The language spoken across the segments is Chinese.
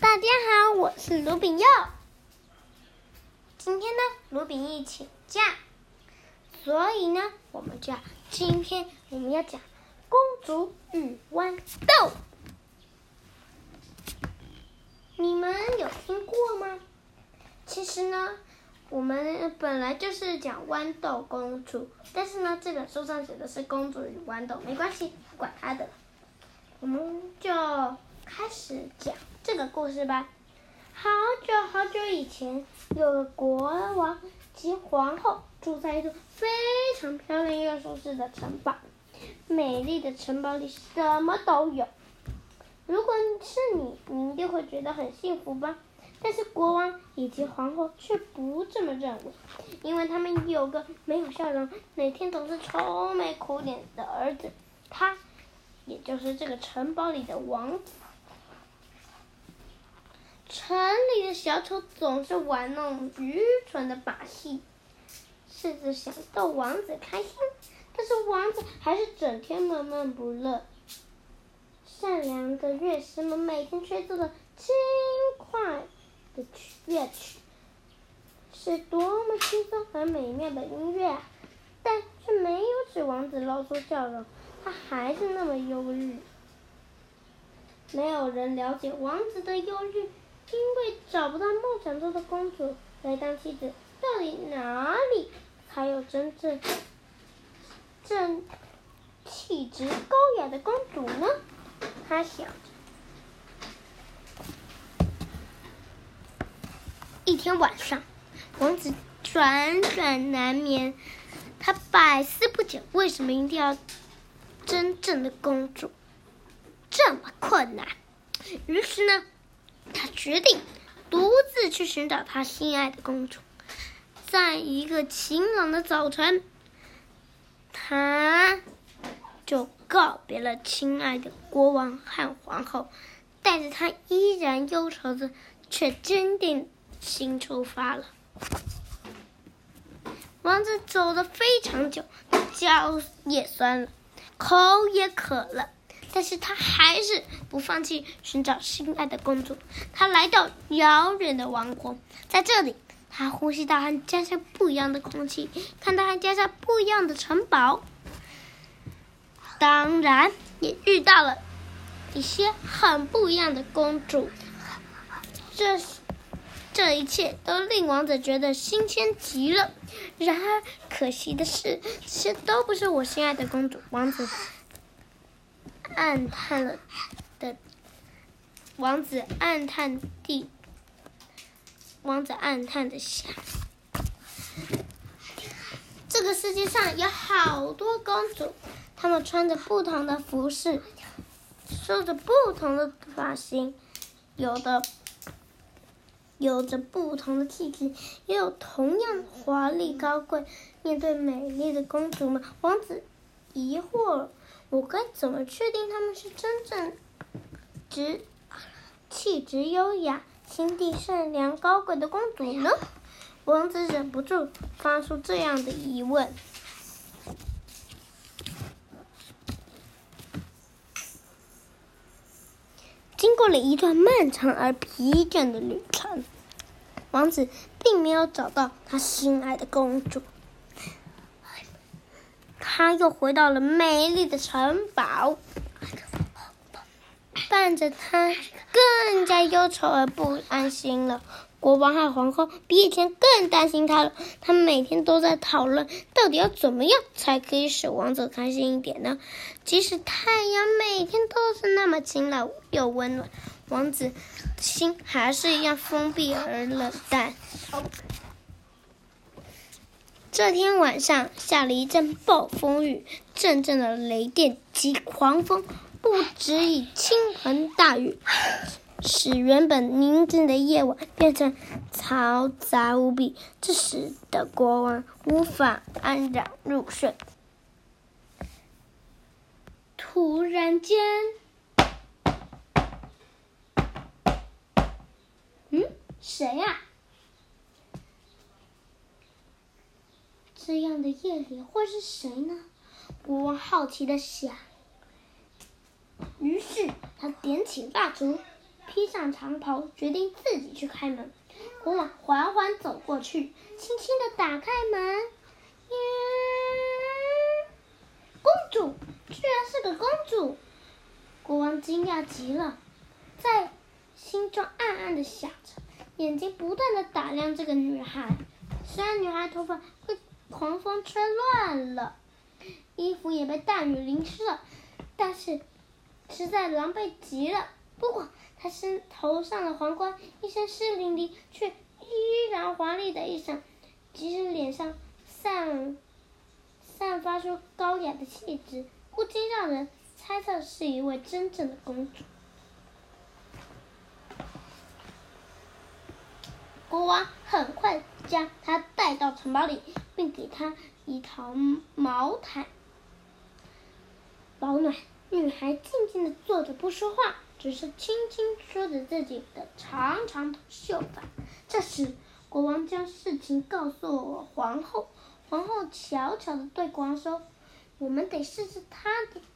大家好，我是卢炳佑。今天呢，卢炳义请假，所以呢，今天我们要讲公主与豌豆。你们有听过吗？其实呢，我们本来就是讲豌豆公主，但是呢，这本书上写的是公主与豌豆，没关系，管他的。我们就开始讲这个故事吧。好久好久以前，有个国王及皇后住在一座非常漂亮又舒适的城堡。美丽的城堡里什么都有。如果是你一定会觉得很幸福吧？但是国王以及皇后却不这么认为，因为他们有个没有笑容、每天总是愁眉苦脸的儿子，他也就是这个城堡里的王子。城里的小丑总是玩弄愚蠢的把戏，试着想逗王子开心，但是王子还是整天闷闷不乐。善良的乐师们每天吹奏的轻快的乐曲，是多么轻松和美妙的音乐啊！但却没有使王子露出笑容，他还是那么忧郁。没有人了解王子的忧郁，因为找不到梦想中的公主来当妻子，到底哪里才有真正气质高雅的公主呢？他想着。一天晚上，王子辗转难眠，他百思不解，为什么一定要真正的公主？这么困难。于是呢，他决定独自去寻找他心爱的公主。在一个晴朗的早晨，他就告别了亲爱的国王和皇后，带着他依然忧愁的却坚定心出发了。王子走得非常久，脚也酸了，口也渴了，但是他还是不放弃寻找心爱的公主。他来到遥远的王国，在这里他呼吸到和家乡不一样的空气，看到和家乡不一样的城堡，当然也遇到了一些很不一样的公主。这一切都令王子觉得新鲜极了。然而可惜的是，这些都不是我心爱的公主。王子暗叹的想，这个世界上有好多公主，她们穿着不同的服饰，梳着不同的发型，有着不同的气质，也有同样华丽高贵。面对美丽的公主们，王子疑惑了，我该怎么确定她们是真正气质优雅、心地善良、高贵的公主呢？王子忍不住发出这样的疑问。经过了一段漫长而疲倦的旅程，王子并没有找到他心爱的公主。他又回到了美丽的城堡，伴着他更加忧愁而不安心了。国王和皇后比以前更担心他了，他们每天都在讨论，到底要怎么样才可以使王子开心一点呢？即使太阳每天都是那么晴朗又温暖，王子的心还是一样封闭而冷淡。这天晚上下了一阵暴风雨，阵阵的雷电及狂风不止以倾盆大雨，使原本宁静的夜晚变成嘈杂无比，这使得国王无法安然入睡。突然间，谁呀？这样的夜里会是谁呢？国王好奇地想。于是他点起蜡烛， 披上长袍，决定自己去开门。国王缓缓走过去，轻轻地打开门。公主，居然是个公主！国王惊讶极了，在心中暗暗地想着，眼睛不断地打量这个女孩。虽然女孩头发被狂风吹乱了，衣服也被大雨淋湿了，但是实在狼狈极了。不过她头上的皇冠一身湿淋淋，却依然华丽的一闪，即使脸上散发出高雅的气质，不禁让人猜测是一位真正的公主。国王很快将她带到城堡里，并给她一套毛毯保暖。女孩静静地坐着不说话，只是轻轻梳着自己的长长的秀发。这时，国王将事情告诉了皇后。皇后悄悄地对国王说：“我们得试试她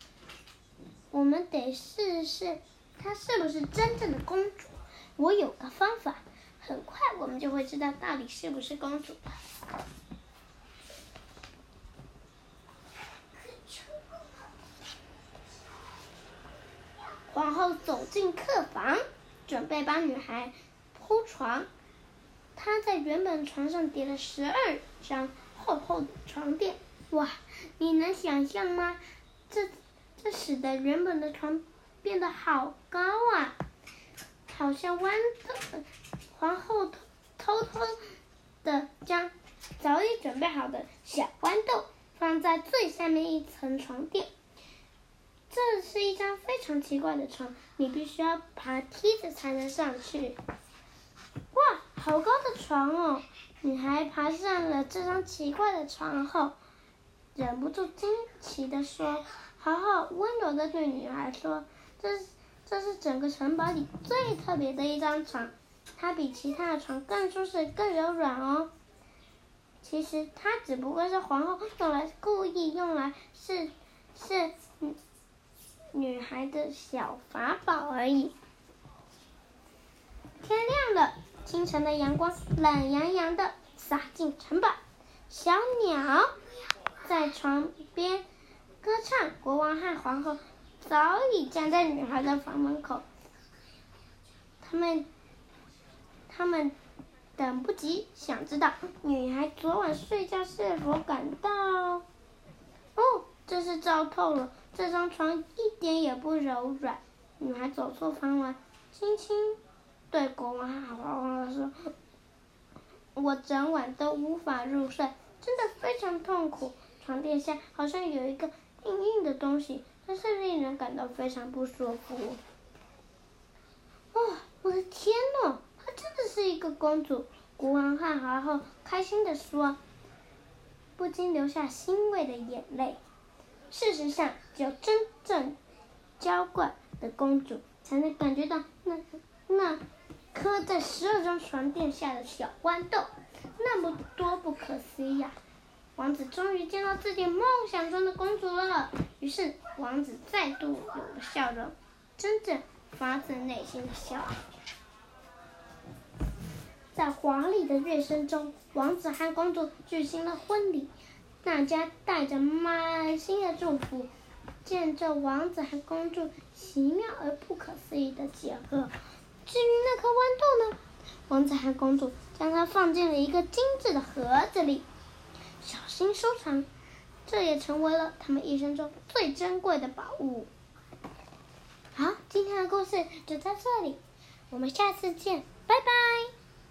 是不是真正的公主。我有个方法，很快我们就会知道到底是不是公主了。”皇后走进客房，准备帮女孩铺床。她在原本床上叠了12张厚厚的床垫。哇，你能想象吗？这使得原本的床变得好高啊！好像皇后偷偷的将早已准备好的小豌豆放在最下面一层床垫。这是一张非常奇怪的床，你必须要爬梯子才能上去。哇，好高的床哦！女孩爬上了这张奇怪的床后，忍不住惊奇地说：“好好温柔地对女孩说，这是整个城堡里最特别的一张床，它比其他的床更舒适、更柔软哦。其实它只不过是皇后故意用来是女孩的小法宝而已。”天亮了，清晨的阳光懒洋洋地洒进城堡，小鸟在床边歌唱。国王和皇后早已站在女孩的房门口，他们等不及想知道女孩昨晚睡觉是否感到……哦，真是糟透了！这张床一点也不柔软。女孩走出房门，轻轻对国王和皇后说：“我整晚都无法入睡，真的非常痛苦。床垫下好像有一个硬硬的东西，真是令人感到非常不舒服。”哦，我的天哪！她真的是一个公主！国王和皇后开心地说，不禁流下欣慰的眼泪。事实上，只有真正娇惯的公主才能感觉到那颗在12张床垫下的小豌豆，那么多不可思议呀！王子终于见到自己梦想中的公主了。于是，王子再度有了笑容，真正发自内心的笑容。在华丽的乐声中，王子和公主举行了婚礼。大家带着满心的祝福，见证王子和公主奇妙而不可思议的结合。至于那颗豌豆呢？王子和公主将它放进了一个精致的盒子里，小心收藏。这也成为了他们一生中最珍贵的宝物。好，今天的故事就到这里，我们下次见，拜拜。